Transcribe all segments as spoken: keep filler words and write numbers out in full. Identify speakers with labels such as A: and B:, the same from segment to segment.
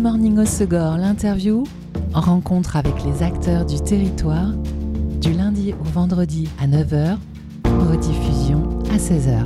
A: Morning Hossegor, l'interview, rencontre avec les acteurs du territoire, du lundi au vendredi à neuf heures, rediffusion à seize heures.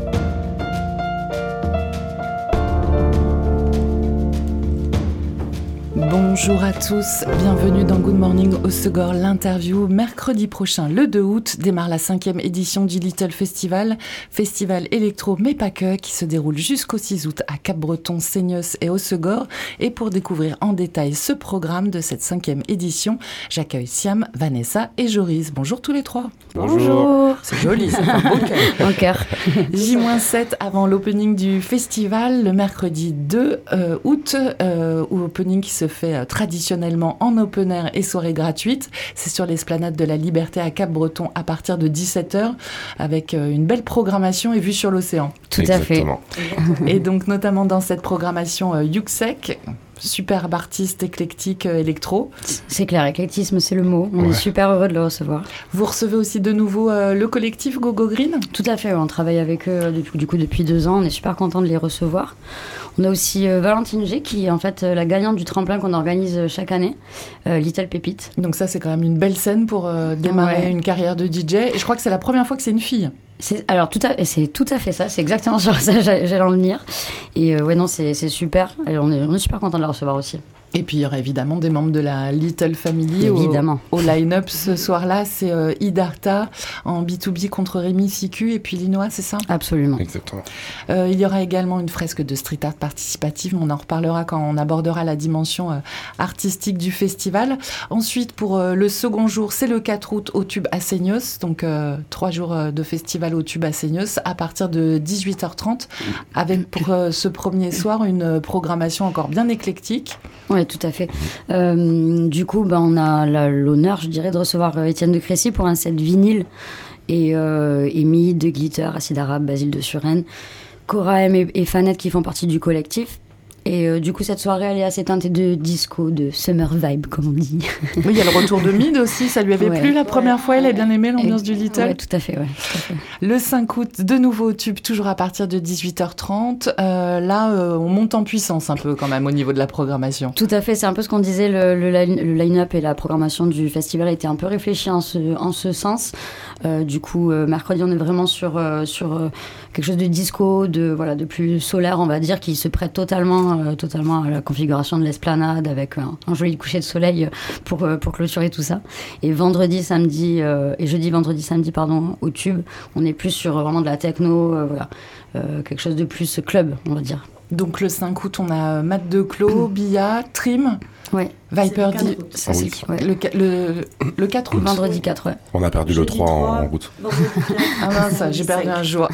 A: Bonjour à tous, bienvenue dans Good Morning Hossegor, l'interview. Mercredi prochain, le deux août, démarre la cinquième édition du Little Festival, festival électro mais pas que, qui se déroule jusqu'au six août à Cap-Breton, Seignos et Hossegor. Et pour découvrir en détail ce programme de cette cinquième édition, j'accueille Siam, Vanessa et Joris. Bonjour tous les trois.
B: Bonjour.
A: C'est joli, ça fait un beau cœur.
B: Un cœur.
A: J sept avant l'opening du festival, le mercredi deux août, euh, ou opening qui se fait traditionnellement en open air et soirée gratuite. C'est sur l'esplanade de la Liberté à Cap-Breton à partir de dix-sept heures avec une belle programmation et vue sur l'océan.
B: Tout
C: Exactement.
B: à fait.
A: Et donc notamment dans cette programmation euh, Yuxek, superbe artiste éclectique euh, électro.
B: C'est clair, éclectisme c'est le mot. On
C: Ouais.
B: est super heureux de le recevoir.
A: Vous recevez aussi de nouveau euh, le collectif Go Go Green.
B: Tout à fait, on travaille avec eux du coup, du coup depuis deux ans. On est super content de les recevoir. On a aussi euh, Valentine G qui est en fait euh, la gagnante du tremplin qu'on organise chaque année, euh, Little Pépite.
A: Donc ça c'est quand même une belle scène pour euh, démarrer
B: Ouais.
A: une carrière de D J. Et je crois que c'est la première fois que c'est une fille.
B: C'est, alors tout à, c'est tout à fait ça, c'est exactement sur ça j'allais j'allais en venir. Et euh, ouais non c'est, c'est super, et on est, on est super content de la recevoir aussi.
A: Et puis il y aura évidemment des membres de la Little Family au,
B: Évidemment.
A: au line-up ce soir-là. C'est euh, Idarta en B deux B contre Rémi Sicu et puis Linois, c'est ça?
B: Absolument.
C: Exactement.
A: Euh, il y aura également une fresque de street art participative, on en reparlera quand on abordera la dimension euh, artistique du festival. Ensuite, pour euh, le second jour, c'est le quatre août au Tube à Seignos, donc euh, trois jours euh, de festival au Tube à Seignos à partir de dix-huit heures trente, avec pour euh, ce premier soir une euh, programmation encore bien éclectique.
B: Oui, tout à fait. Euh, du coup, bah, on a la- l'honneur, je dirais, de recevoir euh, Étienne de Crécy pour un set vinyle et euh, Amy de Glitter, Acide Arabe, Basile de Suresnes, Cora M et, et Fanette qui font partie du collectif. Et euh, du coup, cette soirée, elle est assez teintée de disco, de summer vibe, comme on dit.
A: Oui, il y a le retour de Mid aussi, ça lui avait
B: Ouais.
A: plu la première fois, elle a bien aimé l'ambiance du Little.
B: Ouais, tout à fait, ouais, tout à fait.
A: Le cinq août, de nouveau au Tube, toujours à partir de dix-huit heures trente. Euh, là, euh, on monte en puissance un peu quand même au niveau de la programmation.
B: Tout à fait, c'est un peu ce qu'on disait, le, le, line- le line-up et la programmation du festival a été un peu réfléchi en ce, en ce sens. Euh, du coup, euh, mercredi, on est vraiment sur, euh, sur euh, quelque chose de disco, de, voilà, de plus solaire, on va dire, qui se prête totalement, euh, totalement à la configuration de l'esplanade avec un, un joli coucher de soleil pour, euh, pour clôturer tout ça. Et vendredi, samedi, euh, et jeudi, vendredi, samedi, pardon, au Tube, on est plus sur euh, vraiment de la techno, euh, voilà, euh, quelque chose de plus club, on va dire.
A: Donc le cinq août, on a Matt Declos, Bia, Trim,
B: Ouais,
A: Viper
D: C'est le
A: D.
D: quatre août.
B: ça
C: Ah
B: c'est
C: oui.
B: ouais.
A: Le, ca- le, le quatre août.
B: Vendredi quatre, ouais.
C: On a perdu le
D: Jeudi
C: trois en,
D: trois.
C: en route.
D: Vendredi quatre.
A: Ah mince, j'ai perdu un jour.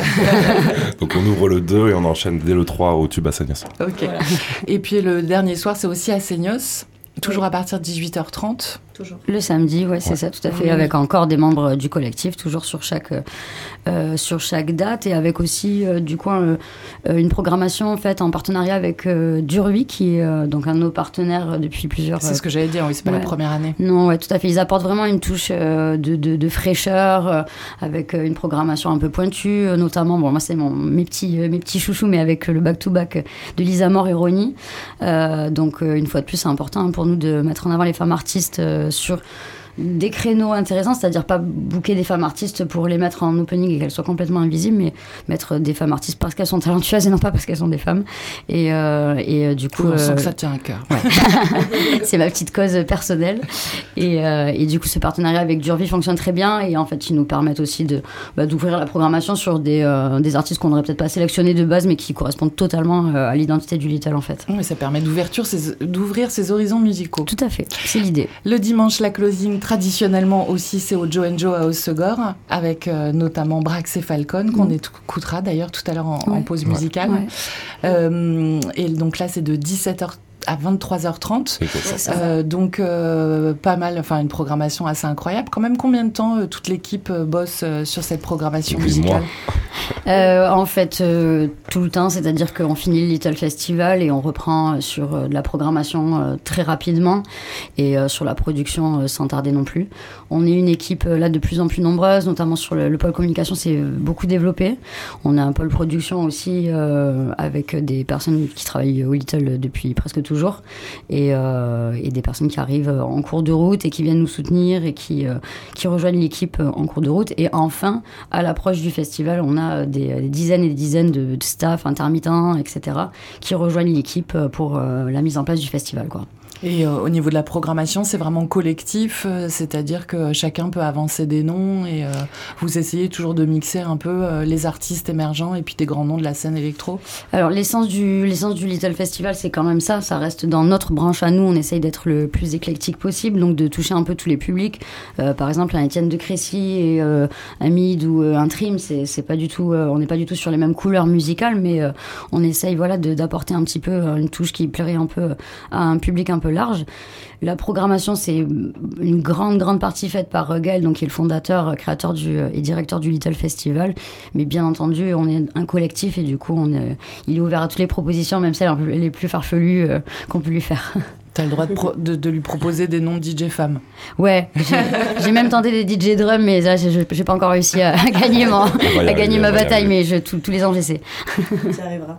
C: Donc on ouvre le deux et on enchaîne dès le trois au Tube à Seignos.
A: Ok.
D: Voilà.
A: Et puis le dernier soir, c'est aussi à Seignos, toujours à partir de dix-huit heures trente.
D: Toujours.
B: Le samedi, ouais, c'est
C: Ouais.
B: ça, tout à fait,
A: Oui.
B: avec encore des membres du collectif, toujours sur chaque, euh, sur chaque date, et avec aussi, euh, du coup, euh, euh, une programmation en fait en partenariat avec euh, Duruy, qui est euh, donc un de nos partenaires depuis plusieurs.
A: C'est ce que j'allais dire, oui, c'est pas
B: ouais.
A: la première année.
B: Non, ouais, tout à fait. Ils apportent vraiment une touche euh, de, de, de fraîcheur, euh, avec euh, une programmation un peu pointue, euh, notamment, bon, moi, c'est mon, mes, petits, euh, mes petits chouchous, mais avec euh, le back-to-back de Lisa Mort et Ronnie. Euh, donc, euh, une fois de plus, c'est important pour nous de mettre en avant les femmes artistes euh, sur des créneaux intéressants, c'est-à-dire pas booker des femmes artistes pour les mettre en opening et qu'elles soient complètement invisibles, mais mettre des femmes artistes parce qu'elles sont talentueuses et non pas parce qu'elles sont des femmes. Et, euh, et euh, du coup...
A: On sent
B: euh,
A: que ça tient à cœur.
B: c'est ma petite cause personnelle. Et, euh, et du coup, ce partenariat avec Durvie fonctionne très bien. Et en fait, ils nous permettent aussi de, bah, d'ouvrir la programmation sur des, euh, des artistes qu'on n'aurait peut-être pas sélectionnés de base, mais qui correspondent totalement euh, à l'identité du Little, en fait.
A: Oui, ça permet d'ouverture, ses- d'ouvrir ses horizons musicaux.
B: Tout à fait, c'est l'idée.
A: Le dimanche, la closing, traditionnellement aussi, c'est au Joe and Joe à Hossegor, avec euh, notamment Brax et Falcon, qu'on
B: Mm.
A: écoutera d'ailleurs tout à l'heure en, en
B: Ouais.
A: pause
C: Ouais.
A: musicale.
B: Ouais.
A: Euh, et donc là, c'est de dix-sept heures à vingt-trois heures trente.
C: C'est ça.
D: C'est ça.
A: Euh, donc euh, pas mal, enfin une programmation assez incroyable. Quand même, combien de temps euh, toute l'équipe euh, bosse euh, sur cette programmation
C: Depuis
A: musicale?
C: moi.
B: Euh, en fait, euh, tout le temps, c'est-à-dire qu'on finit le Little Festival et on reprend euh, sur euh, de la programmation euh, très rapidement et euh, sur la production euh, sans tarder non plus. On est une équipe euh, là de plus en plus nombreuse, notamment sur le, le pôle communication, c'est euh, beaucoup développé. On a un pôle production aussi euh, avec des personnes qui travaillent au Little depuis presque toujours. toujours, et, euh, et des personnes qui arrivent en cours de route et qui viennent nous soutenir et qui, euh, qui rejoignent l'équipe en cours de route. Et enfin, à l'approche du festival, on a des, des dizaines et des dizaines de, de staff intermittents, et cetera, qui rejoignent l'équipe pour euh, la mise en place du festival, quoi.
A: Et euh, au niveau de la programmation, c'est vraiment collectif, euh, c'est-à-dire que chacun peut avancer des noms et euh, vous essayez toujours de mixer un peu euh, les artistes émergents et puis des grands noms de la scène électro.
B: Alors l'essence du, l'essence du Little Festival, c'est quand même ça, ça reste dans notre branche à nous, on essaye d'être le plus éclectique possible, donc de toucher un peu tous les publics. Euh, par exemple, un Étienne de Crécy et euh, un Mid ou euh, un Trim, c'est, c'est pas du tout, euh, on n'est pas du tout sur les mêmes couleurs musicales, mais euh, on essaye voilà, de, d'apporter un petit peu euh, une touche qui plairait un peu à un public un peu large. La programmation, c'est une grande, grande partie faite par Gaël, donc qui est le fondateur, créateur du, et directeur du Little Festival. Mais bien entendu, on est un collectif et du coup, on est, il est ouvert à toutes les propositions, même celles les plus farfelues euh, qu'on peut lui faire.
A: T'as le droit de, pro- de, de lui proposer des noms de D J femmes.
B: Ouais, j'ai, j'ai même tenté des D J drum, mais là, j'ai, j'ai pas encore réussi à, à gagner, mon, à gagner ma bataille, mais je, tout, tous les ans, j'essaie.
D: Tu arriveras.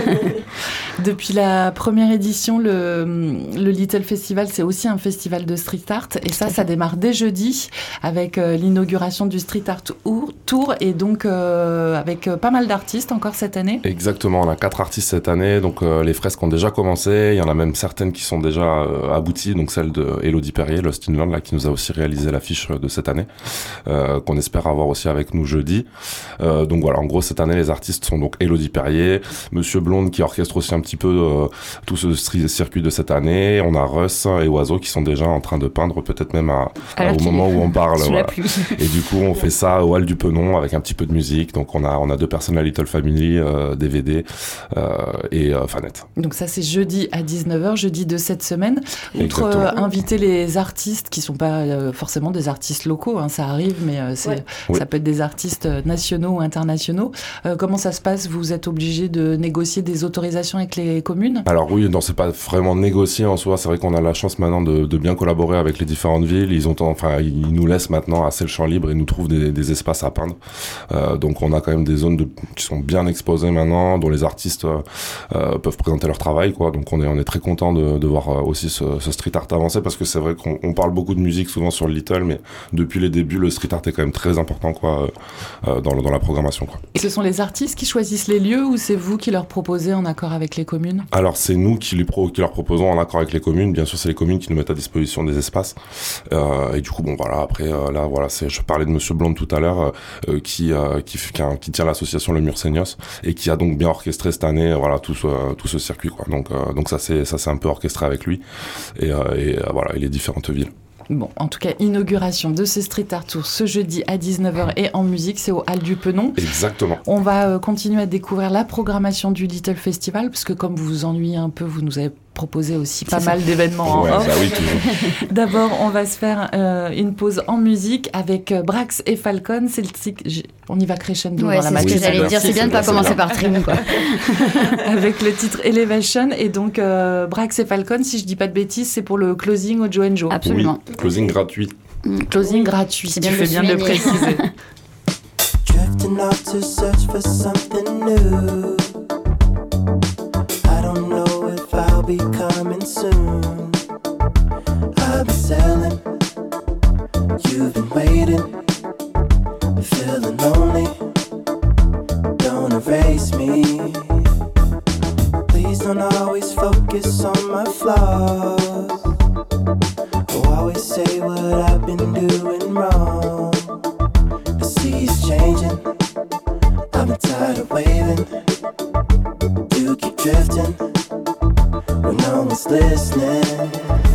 A: Depuis la première édition, le, le Little Festival, c'est aussi un festival de street art. Et ça, ça démarre dès jeudi avec euh, l'inauguration du Street Art Tour et donc euh, avec euh, pas mal d'artistes encore cette année.
C: Exactement, on a quatre artistes cette année, donc euh, les fresques ont déjà commencé. Il y en a même certaines qui sont déjà euh, abouties, donc celle de Elodie Perrier, Lost in Land, là, qui nous a aussi réalisé l'affiche de cette année, euh, qu'on espère avoir aussi avec nous jeudi. Euh, donc voilà, en gros, cette année, les artistes sont donc Elodie Perrier, Monsieur Blonde qui orchestre aussi un petit peu euh, tout ce circuit de cette année. On a Russ et Oiseau qui sont déjà en train de peindre, peut-être même à, à, au moment où on parle. Voilà. Et du coup, on fait ça au Hall du Penon avec un petit peu de musique. Donc on a, on a deux personnes à Little Family, euh, D V D euh, et euh, Fanette.
A: Donc ça, c'est jeudi à dix-neuf heures, jeudi de cette semaine. Outre euh, inviter les artistes qui ne sont pas euh, forcément des artistes locaux, hein, ça arrive, mais euh, c'est,
D: ouais.
A: ça
C: oui.
A: peut être des artistes nationaux ou internationaux. Euh, comment ça se passe ? Vous êtes obligé de négocier des autorisations avec les communes ?
C: Alors oui, non, c'est pas vraiment négocié en soi. C'est vrai qu'on a la chance maintenant de, de bien collaborer avec les différentes villes. Ils ont, enfin, ils nous laissent maintenant assez le champ libre et nous trouvent des, des espaces à peindre. Euh, donc on a quand même des zones de, qui sont bien exposées maintenant, dont les artistes euh, peuvent présenter leur travail, quoi. Donc on est, on est très content de, de voir aussi ce, ce street art avancer, parce que c'est vrai qu'on on parle beaucoup de musique souvent sur le Little, mais depuis les débuts, le street art est quand même très important, quoi, euh, dans, dans la programmation, quoi.
A: Et ce sont les artistes qui choisissent les lieux ou c'est vous qui leur proposez en accord avec les communes ?
C: Alors c'est nous qui, les pro, qui leur proposons en accord avec les communes. Bien sûr, c'est les communes qui nous mettent à disposition des espaces. Euh, et du coup, bon voilà. Après, euh, là, voilà, c'est. Je parlais de Monsieur Blonde tout à l'heure, euh, qui, euh, qui, qui, qui tient l'association Le Mur Seignos et qui a donc bien orchestré cette année, voilà, tout ce, tout ce circuit, quoi. Donc, euh, donc ça, c'est, ça, c'est un peu orchestré avec lui et, euh, et euh, voilà, et les différentes villes.
A: Bon, en tout cas, inauguration de ce Street Art Tour ce jeudi à dix-neuf heures et en musique, c'est au Hall du Penon.
C: Exactement.
A: On va euh, continuer à découvrir la programmation du Little Festival, parce que comme vous vous ennuyez un peu, vous nous avez proposé aussi pas mal d'événements
C: ouais,
A: en off.
C: Bah oui, toujours.
A: D'abord, on va se faire euh, une pause en musique avec euh, Brax et Falcon. C'est le tic... On y va crescendo
B: ouais,
A: dans la
B: matinée.
A: matinée.
B: C'est ce que j'allais dire, c'est bien de ne pas commencer par Trim, quoi.
A: Avec le titre Elevation. Et donc, euh, Brax et Falcon, si je dis pas de bêtises, c'est pour le closing au Joe and Joe.
B: Absolument.
C: Oui, closing gratuit.
A: Mm. Closing gratuit,
B: c'est
A: tu
B: bien
A: fais bien de le préciser.
E: Drifting off to search for something new. I don't know if I'll be coming soon. I'll be sailing. You've been waiting. Feeling lonely. Don't erase me. Please don't always focus on my flaws. Or always say what I've been doing wrong. The sea's changing. I've been tired of waving. You keep drifting when no one's listening.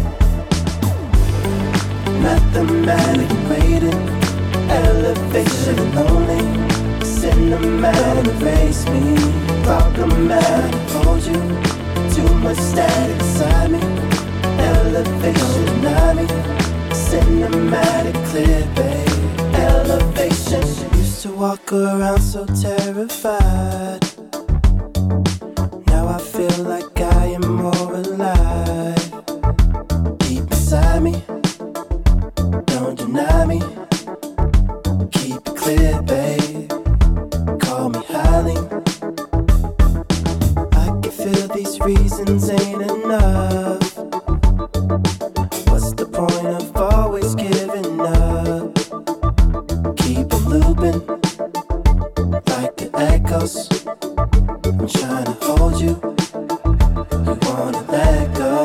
E: Mathematic waiting. Elevation and lonely. Cinematic erase me. Problematic hold you. Too much static inside me. Elevation deny me. Cinematic clear, babe. Elevation. Used to walk around so terrified. Now I feel like I am more alive. Deep inside me. Don't deny me. Keep it clear, babe. Call me Eileen. I can feel these these reasons ain't enough. What's the point of always giving up? Keep it looping like the echoes. I'm trying to hold you, you wanna let go.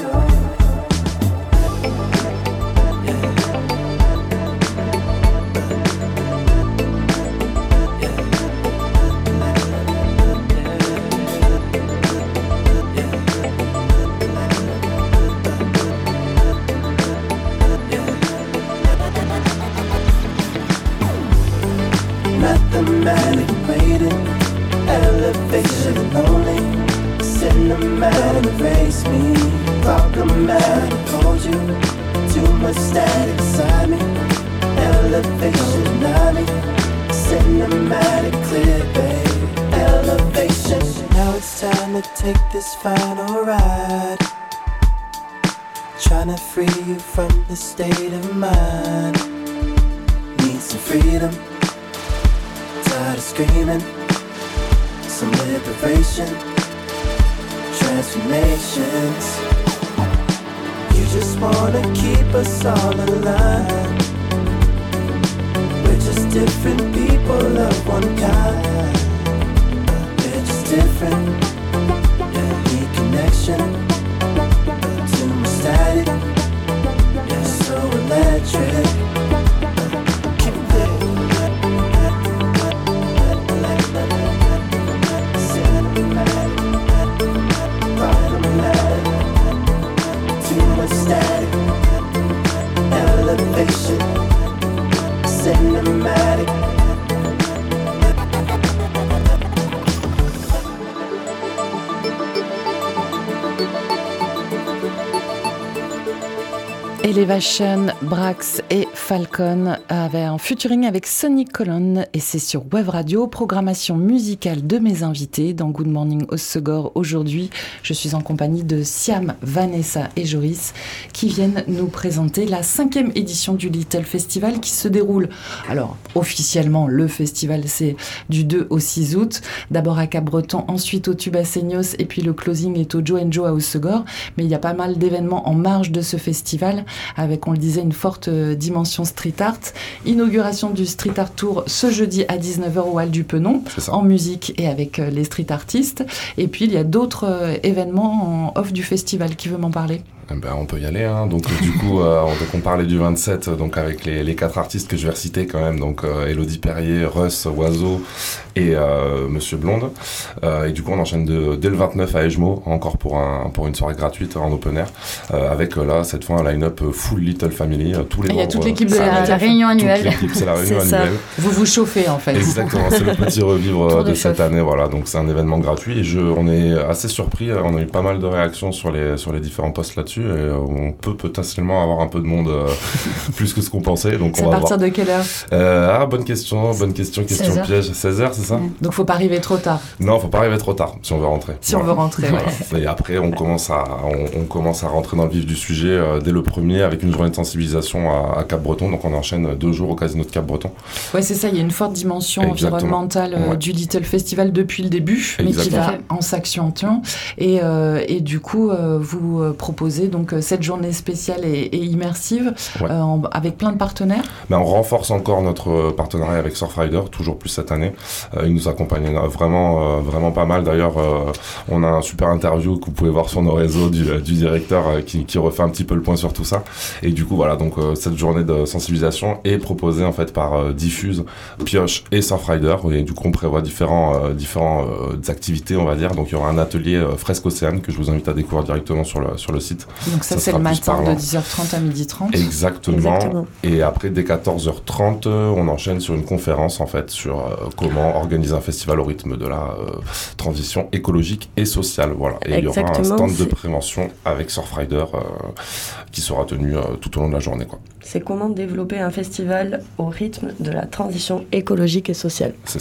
E: Mathematic waiting, elevation lonely, cinematic erase me, problematic hold you, too much static inside me, elevation not me, cinematic clear babe, elevation. Now it's time to take this final ride, trying to free you from this state of mind, need some freedom. Tired of screaming, some liberation, transformations. You just wanna keep us all aligned. We're just different people of one kind. We're just different, need connection. Too much static, so electric. Cinematic.
A: Elevation, Brax et Falcon avaient un featuring avec Sonic Colon et c'est sur Web Radio, programmation musicale de mes invités dans Good Morning Hossegor. Aujourd'hui, je suis en compagnie de Siam, Vanessa et Joris qui viennent nous présenter la cinquième édition du Little Festival qui se déroule, alors officiellement le festival c'est du deux au six août, d'abord à Cap-Breton, ensuite au Tuba Seignos et puis le closing est au Joe and Joe à Hossegor, mais il y a pas mal d'événements en marge de ce festival avec, on le disait, une forte dimension street art. Inauguration du Street Art Tour ce jeudi à dix-neuf heures au Hall du Penon, en musique et avec les street artistes. Et puis, il y a d'autres événements en off du festival. Qui veut m'en parler ?
C: Eh ben, on peut y aller, hein. Donc du coup, euh, on, donc on parlait du vingt-sept, donc avec les, les quatre artistes que je vais reciter quand même, donc euh, Elodie Perrier, Russ, Oiseau et euh, Monsieur Blonde. Euh, et du coup, on enchaîne de, dès le vingt-neuf à Ejmo, encore pour un pour une soirée gratuite en open air, euh, avec là cette fois un line-up full Little Family, euh, tous les.
A: Il y a toute l'équipe de
B: la, la réunion annuelle.
C: C'est la réunion
B: c'est
C: annuelle.
B: Ça.
A: Vous vous chauffez en fait.
C: Exactement, c'est le petit revivre
B: Tour
C: de,
B: de
C: cette
B: chauffe.
C: année, voilà. Donc c'est un événement gratuit et je, on est assez surpris. On a eu pas mal de réactions sur les sur les différents posts là-dessus et on peut potentiellement avoir un peu de monde euh, plus que ce qu'on pensait. Donc
A: c'est
C: on va
A: à partir
C: voir.
A: de quelle heure
C: euh, Ah, bonne question, bonne question, question
B: seize heures.
C: piège. seize heures, c'est ça?
A: Ouais. Donc faut pas arriver trop tard.
C: Non, faut pas arriver trop tard si on veut rentrer.
A: Si voilà. on veut rentrer, ouais.
C: Et après, on commence à on, on commence à rentrer dans le vif du sujet euh, dès le premier avec une journée de sensibilisation à, à Cap-Breton. Donc on enchaîne deux jours au Casino de Cap-Breton.
A: Ouais, c'est ça. Il y a une forte dimension
C: Exactement.
A: environnementale euh, ouais. du Little Festival depuis le début, Exactement. mais qui va en s'accentuant. Et, euh, et du coup, euh, vous euh, proposez donc euh, cette journée spéciale et, et immersive ouais. euh, en, avec plein de partenaires.
C: Ben, on renforce encore notre partenariat avec Surfrider, toujours plus cette année. Euh, ils nous accompagnent vraiment, euh, vraiment pas mal. D'ailleurs, euh, on a un super interview que vous pouvez voir sur nos réseaux du, du directeur euh, qui, qui refait un petit peu le point sur tout ça. Et du coup, voilà, donc euh, cette journée de sensibilisation est proposée en fait par euh, Diffuse, Pioche et Surfrider. Et du coup, on prévoit différents, euh, différents euh, activités, on va dire. Donc, il y aura un atelier euh, Fresque Océane que je vous invite à découvrir directement sur le, sur le site.
A: Donc ça, ça c'est le matin de dix heures trente à midi trente.
C: Exactement. Exactement. Et après, dès quatorze heures trente, on enchaîne sur une conférence en fait sur euh, comment organiser un festival au rythme de la euh, transition écologique et sociale. Voilà. Et Exactement, il y aura un stand c'est... de prévention avec Surfrider euh, qui sera tenu euh, tout au long de la journée, quoi.
D: C'est comment développer un festival au rythme de la transition écologique et sociale.
C: C'est ça.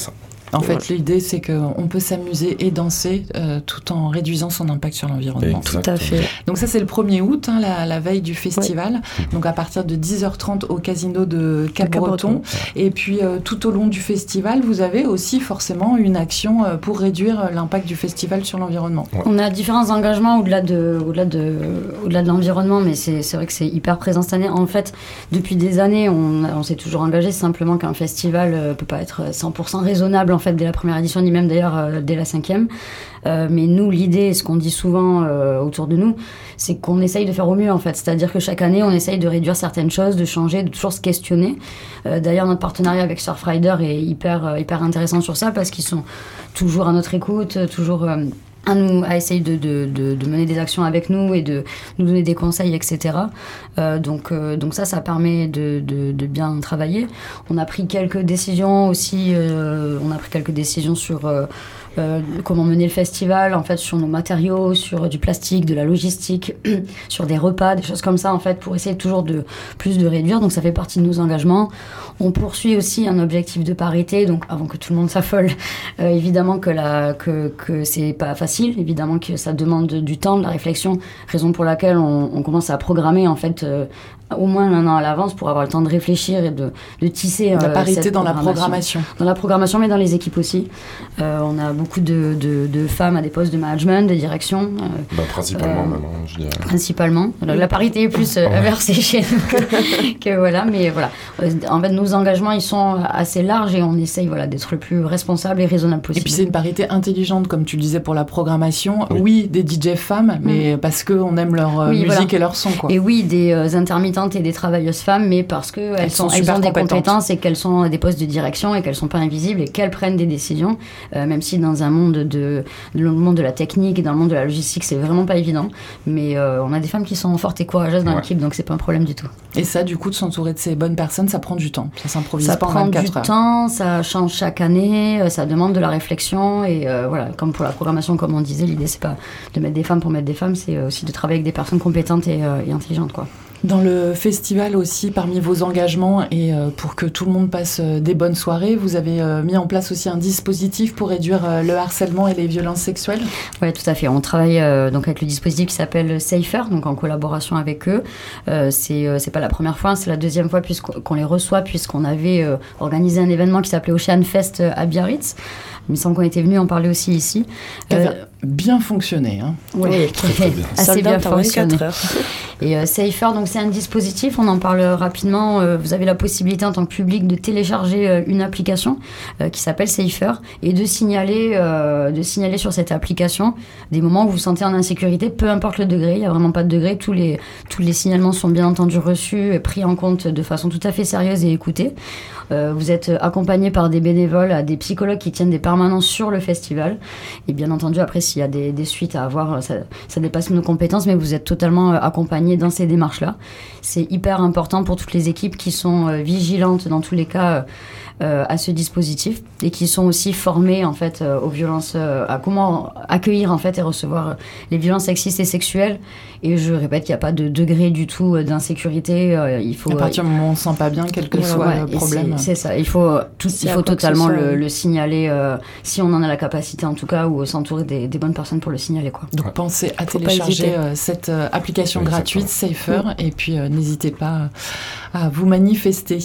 A: En fait,
D: voilà.
A: l'idée, c'est qu'on peut s'amuser et danser euh, tout en réduisant son impact sur l'environnement.
D: Tout à fait.
A: Donc ça, c'est le premier août, hein, la, la veille du festival. Ouais. Donc à partir de dix heures trente au casino de Cap-Breton. Et puis euh, tout au long du festival, vous avez aussi forcément une action euh, pour réduire l'impact du festival sur l'environnement.
B: Ouais. On a différents engagements au-delà de, au-delà de, au-delà de l'environnement, mais c'est, c'est vrai que c'est hyper présent cette année. En fait, depuis des années, on, on s'est toujours engagé, simplement qu'un festival ne euh, peut pas être cent pour cent raisonnable en fait dès la première édition, ni même d'ailleurs euh, dès la cinquième. Euh, mais nous, l'idée, ce qu'on dit souvent euh, autour de nous, c'est qu'on essaye de faire au mieux en fait. C'est-à-dire que chaque année, on essaye de réduire certaines choses, de changer, de toujours se questionner. Euh, d'ailleurs, notre partenariat avec Surfrider est hyper, euh, hyper intéressant sur ça parce qu'ils sont toujours à notre écoute, toujours... Euh, à nous à essayer de, de, de, de mener des actions avec nous et de nous donner des conseils, et cetera. Euh, donc, euh, donc ça, ça permet de, de, de bien travailler. On a pris quelques décisions aussi, euh, on a pris quelques décisions sur euh, euh, comment mener le festival, en fait, sur nos matériaux, sur du plastique, de la logistique, sur des repas, des choses comme ça, en fait, pour essayer toujours de plus de réduire. Donc ça fait partie de nos engagements. On poursuit aussi un objectif de parité, donc avant que tout le monde s'affole, euh, évidemment que, la, que, que c'est pas facile. Évidemment que ça demande du temps, de la réflexion, raison pour laquelle on, on commence à programmer en fait euh, au moins un an à l'avance pour avoir le temps de réfléchir et de, de tisser euh,
A: la parité
B: cette
A: dans la programmation.
B: Dans la programmation, mais dans les équipes aussi. Euh, on a beaucoup de, de, de femmes à des postes de management, de direction. Euh,
C: bah, principalement, euh, maintenant, je dirais.
B: Principalement. La, la parité est plus euh, versée chez nous que, que voilà, mais voilà. En fait, nos engagements, ils sont assez larges et on essaye voilà, d'être le plus responsable et raisonnable possible.
A: Et puis c'est une parité intelligente, comme tu le disais, pour la programmation. Oui, oui des D J femmes, mais mmh. parce qu'on aime leur euh, oui, musique voilà. et leur son. Quoi.
B: Et oui, des euh, intermittentes et des travailleuses femmes, mais parce qu'elles elles sont, elles ont des compétences et qu'elles sont à des postes de direction et qu'elles ne sont pas invisibles et qu'elles prennent des décisions, euh, même si dans un monde de, de, le monde de la technique et dans le monde de la logistique, c'est vraiment pas évident. Mais euh, on a des femmes qui sont fortes et courageuses dans ouais. l'équipe, donc c'est pas un problème du tout.
A: Et ça, du coup, de s'entourer de ces bonnes personnes, ça prend du temps. Ça s'improvise
B: ça
A: pas en vingt-quatre heures.
B: Ça prend du temps, ça change chaque année, ça demande de la réflexion et euh, voilà, comme pour la programmation, comme on disait, l'idée c'est pas de mettre des femmes pour mettre des femmes, c'est aussi de travailler avec des personnes compétentes et, euh, et intelligentes, quoi.
A: Dans le festival aussi, parmi vos engagements et euh, pour que tout le monde passe euh, des bonnes soirées, vous avez euh, mis en place aussi un dispositif pour réduire euh, le harcèlement et les violences sexuelles.
B: Oui, tout à fait. On travaille euh, donc avec le dispositif qui s'appelle Safer, donc en collaboration avec eux. Euh, c'est euh, c'est pas la première fois, c'est la deuxième fois puisqu'on les reçoit, puisqu'on avait euh, organisé un événement qui s'appelait Ocean Fest à Biarritz. Il me semble qu'on était venus en parler aussi ici.
A: Qui avait euh, bien fonctionné. Hein.
B: Oui, oui très, très bien. Assez bien fonctionné. Et euh, Safer, donc c'est un dispositif, on en parle rapidement. Euh, vous avez la possibilité en tant que public de télécharger euh, une application euh, qui s'appelle Safer et de signaler, euh, de signaler sur cette application des moments où vous vous sentez en insécurité, peu importe le degré, il n'y a vraiment pas de degré. Tous les, tous les signalements sont bien entendu reçus et pris en compte de façon tout à fait sérieuse et écoutés. Euh, vous êtes accompagné par des bénévoles, des psychologues qui tiennent des permanences sur le festival. Et bien entendu, après, s'il y a des, des suites à avoir, ça, ça dépasse nos compétences, mais vous êtes totalement accompagné dans ces démarches-là. C'est hyper important pour toutes les équipes qui sont euh, vigilantes dans tous les cas euh, à ce dispositif et qui sont aussi formées en fait euh, aux violences, euh, à comment accueillir en fait et recevoir les violences sexistes et sexuelles. Et je répète qu'il n'y a pas de degré du tout d'insécurité. Euh, il faut,
A: à partir du moment où on ne se sent pas bien, quel que soit
B: ouais,
A: le problème.
B: C'est, c'est ça. Il faut, tout, il faut totalement le, le signaler euh, si on en a la capacité en tout cas, ou s'entourer des, des bonnes personnes pour le signaler, quoi.
A: Donc pensez à faut télécharger euh, cette euh, application oui, gratuite Safer et puis euh, n'hésitez pas à vous manifester.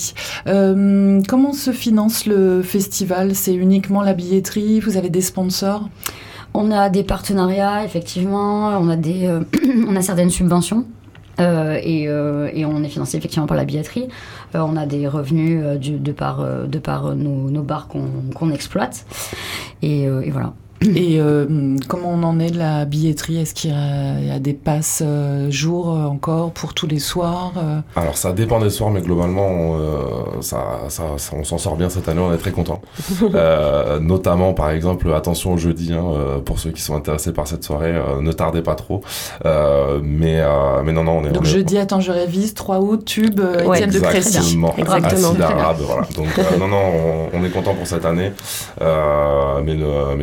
A: Euh, comment se finance le festival ? C'est uniquement la billetterie ? Vous avez des sponsors ?
B: On a des partenariats, effectivement. On a, des, euh, on a certaines subventions. Euh, et, euh, et on est financé effectivement par la billetterie. Euh, on a des revenus euh, du, de par, euh, de par nos, nos bars qu'on, qu'on exploite. Et, euh, et voilà.
A: Et euh, comment on en est de la billetterie ? Est-ce qu'il y a, il y a des passes euh, jours euh, encore pour tous les soirs euh...
C: Alors ça dépend des soirs, mais globalement on, euh, ça, ça, ça, on s'en sort bien cette année, on est très contents. euh, notamment par exemple, attention au jeudi, hein, euh, pour ceux qui sont intéressés par cette soirée, euh, ne tardez pas trop. Euh, mais, euh, mais non, non, on est...
A: Donc
C: on est...
A: jeudi, attends, je révise, trois août, Tube, euh,
D: ouais,
A: Étienne de Crécy.
C: Exactement,
D: Exactement.
C: Acide arabe, voilà. Donc euh, non, non, on, on est content pour cette année, euh, mais, ne, mais ne tardez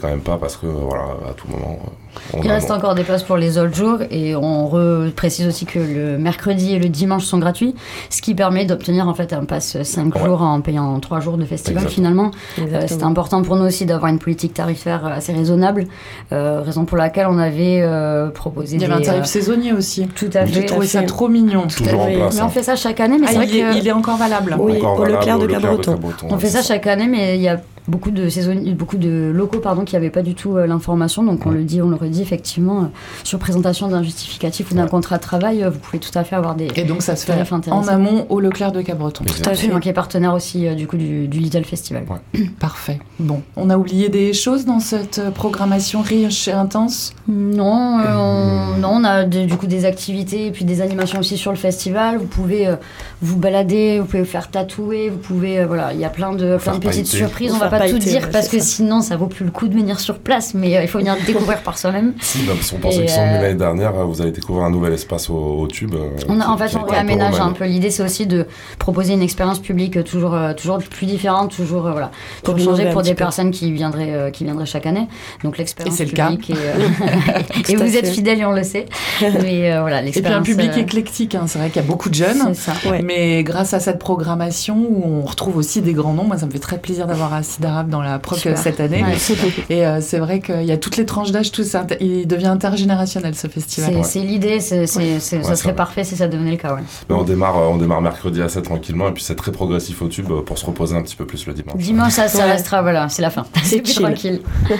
C: quand même pas parce que voilà, à tout moment. On
B: Il reste encore des places pour les autres jours et on re- précise aussi que le mercredi et le dimanche sont gratuits, ce qui permet d'obtenir en fait un pass cinq
C: Ouais.
B: jours en payant trois jours de festival.
C: Exactement.
B: Finalement.
D: Exactement.
B: Euh, c'était important pour nous aussi d'avoir une politique tarifaire assez raisonnable, euh, raison pour laquelle on avait euh, proposé
A: Il y avait
B: des,
A: un tarif
B: euh,
A: saisonnier aussi.
B: tout à
A: J'ai
B: fait.
A: trouvé ça
D: fait.
A: trop mignon.
C: toujours en
D: Oui.
C: place.
B: Mais on
C: hein.
B: fait ça chaque année, mais
A: Ah,
B: c'est vrai
A: il, est,
B: que
A: il est encore valable.
D: Oui,
C: Encore
D: au Leclerc
C: valable,
D: de
C: au Leclerc
D: Cabreton.
C: Cabreton,
B: on fait ça
C: c'est
B: chaque année, mais il y a beaucoup de saisonniers, beaucoup de locaux pardon qui n'avaient pas du tout euh, l'information, donc on
C: Ouais.
B: le dit, on le redit effectivement euh, sur présentation d'un justificatif ou d'un
C: Ouais.
B: contrat de travail, euh, vous pouvez tout à fait avoir des
A: Et donc ça se fait
B: tarifs
A: en
B: intéressants.
A: amont au Leclerc de Cabreton.
D: Tout à fait.
B: Absolument, qui est partenaire aussi euh, du coup du, du Little Festival.
A: Parfait. Bon, on a oublié des choses dans cette euh, programmation riche et intense.
B: Non, euh, on, non, on a de- du coup des activités et puis des animations aussi sur le festival. Vous pouvez euh, vous balader, vous pouvez vous faire tatouer, vous pouvez euh, voilà, il y a plein de plein
C: Faire
B: de petites
C: pailleter.
B: surprises. On
D: Faire
B: va pas tout
D: pailleter,
B: dire
D: ouais,
B: parce
D: c'est
B: que
D: ça.
B: sinon ça vaut plus le coup de venir sur place, mais euh, il faut venir découvrir par soi-même.
C: Si, même si on pensait
B: Et,
C: qu'ils sont
B: euh,
C: venus l'année dernière, vous avez découvert un nouvel espace au, au tube. euh,
B: On a, en
C: qui-
B: fait,
C: qui
B: on
C: est un peu
B: réaménage un
C: remanié.
B: peu. L'idée, c'est aussi de proposer une expérience publique toujours, euh, toujours plus différente, toujours, euh, voilà,
D: Pour
B: pour changer
D: innover
B: pour
D: un
B: des
D: petit peu.
B: personnes qui viendraient, euh, qui viendraient chaque année. Donc l'expérience
A: Et c'est le cas.
B: publique. Et, euh, et
D: Tout à
B: vous êtes
D: fait.
B: fidèles et on le sait. Mais euh, voilà,
A: Et puis un
B: l'expérience.
A: public
B: euh,
A: éclectique, hein. C'est vrai qu'il y a beaucoup de jeunes.
B: c'est ça.
D: Ouais.
A: Mais grâce à cette programmation où on retrouve aussi des grands noms, moi ça me fait très plaisir d'avoir Acid Arabe dans la proc
B: Super.
A: cette année.
B: Ouais.
A: Et euh, c'est vrai qu'il y a toutes les tranches d'âge, tout ça. Il devient intergénérationnel ce festival.
B: C'est
C: Ouais.
B: c'est l'idée, c'est, c'est, c'est-
C: Ouais,
B: ça
C: ça
B: serait
C: va.
B: parfait si ça devenait le cas. Ouais.
C: Mais on démarre, euh, on démarre mercredi à sept tranquillement et puis c'est très progressif au tube euh, pour se reposer un petit peu plus le dimanche.
B: Dimanche, ça, ça
D: Ouais.
B: restera, voilà, c'est la fin. C'est plus
D: chill.
B: tranquille.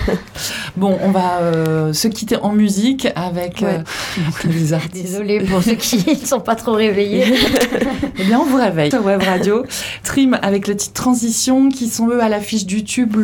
A: Bon, on va euh, se quitter en musique avec euh, les artistes.
B: Désolée pour ceux qui ne sont pas trop réveillés.
A: Eh bien, on vous réveille sur Web Radio. Trim avec le titre Transition qui sont eux à l'affiche du tube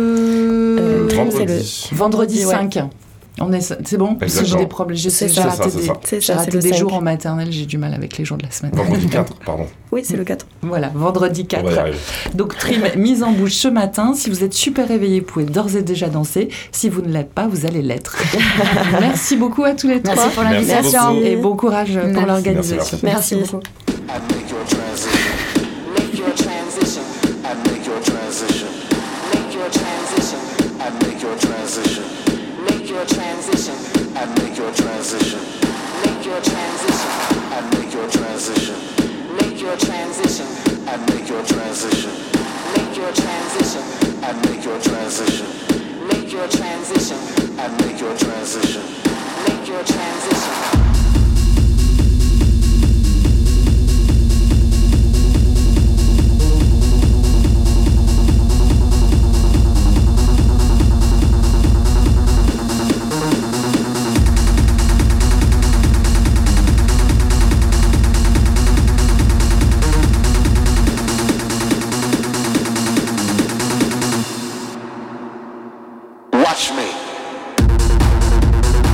A: le
D: Euh, Trim, c'est le-
C: Vendredi.
A: vendredi
D: ouais.
A: cinq. On est, c'est bon parce que j'ai
C: Exactement.
A: des problèmes. J'ai,
D: C'est
A: j'ai
D: ça.
A: raté
C: C'est ça,
A: des,
C: c'est ça.
D: C'est
A: j'ai
D: ça,
A: raté
D: c'est le
A: des
D: cinq.
A: jours en maternelle. J'ai du mal avec les jours de la semaine.
C: Vendredi quatre, pardon.
D: Oui, c'est le quatre.
A: Voilà, vendredi
C: On
A: quatre.
C: va y arriver.
A: Donc, Trim, mise en bouche ce matin. Si vous êtes super réveillé, vous pouvez d'ores et déjà danser. Si vous ne l'êtes pas, vous allez l'être. Merci beaucoup à tous les trois.
B: Merci pour
C: Merci
B: l'invitation.
C: beaucoup.
A: Et bon courage pour
B: Merci.
A: l'organisation.
D: Merci.
B: beaucoup.
E: I make your transition. Make your transition. I make your transition. Make your transition. I make your transition. Make your transition. I make your transition. Make your transition. I make your transition. Make your transition. I make your transition. Make your transition. I make your transition. Make your transition. I make your transition. Make your transition. Watch me.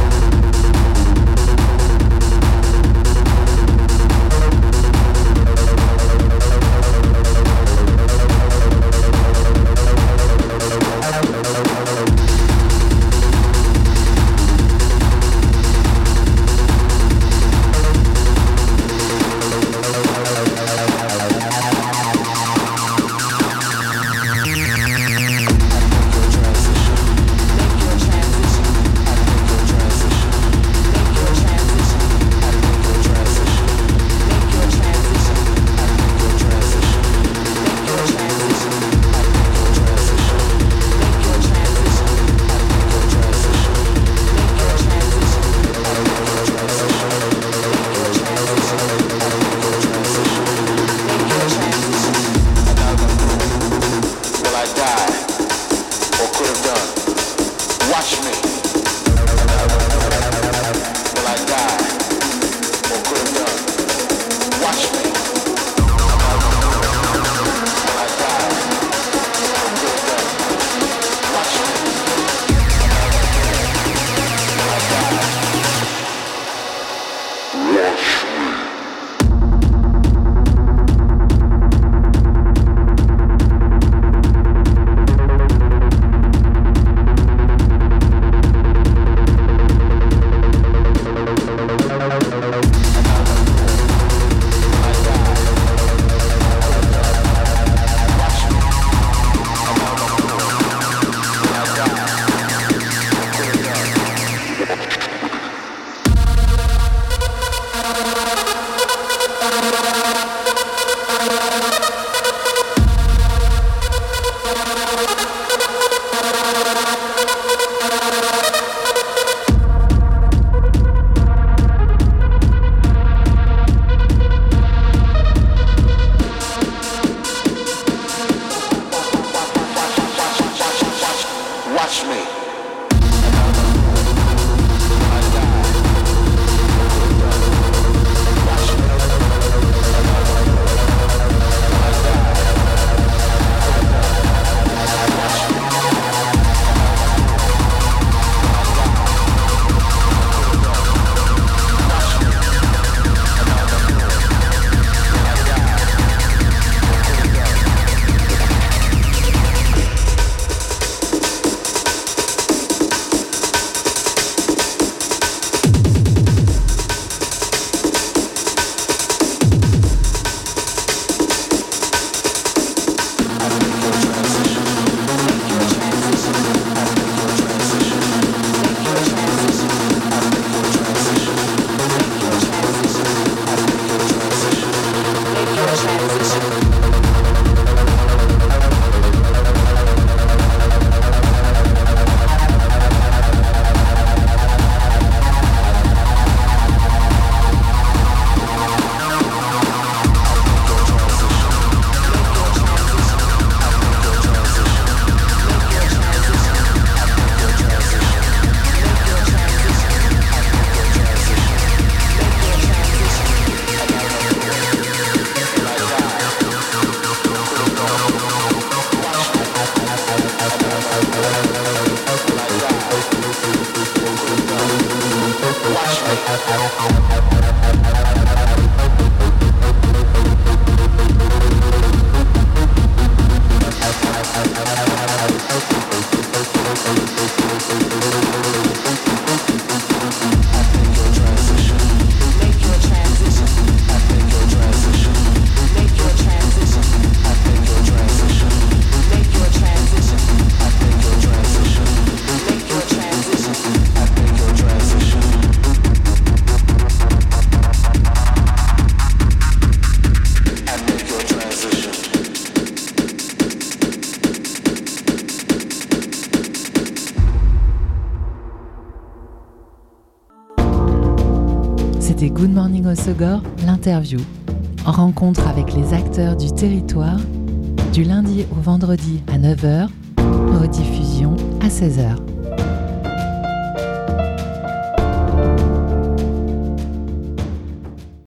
A: C'était Good Morning Hossegor, l'interview. En rencontre avec les acteurs du territoire, du lundi au vendredi à neuf heures, rediffusion à seize heures.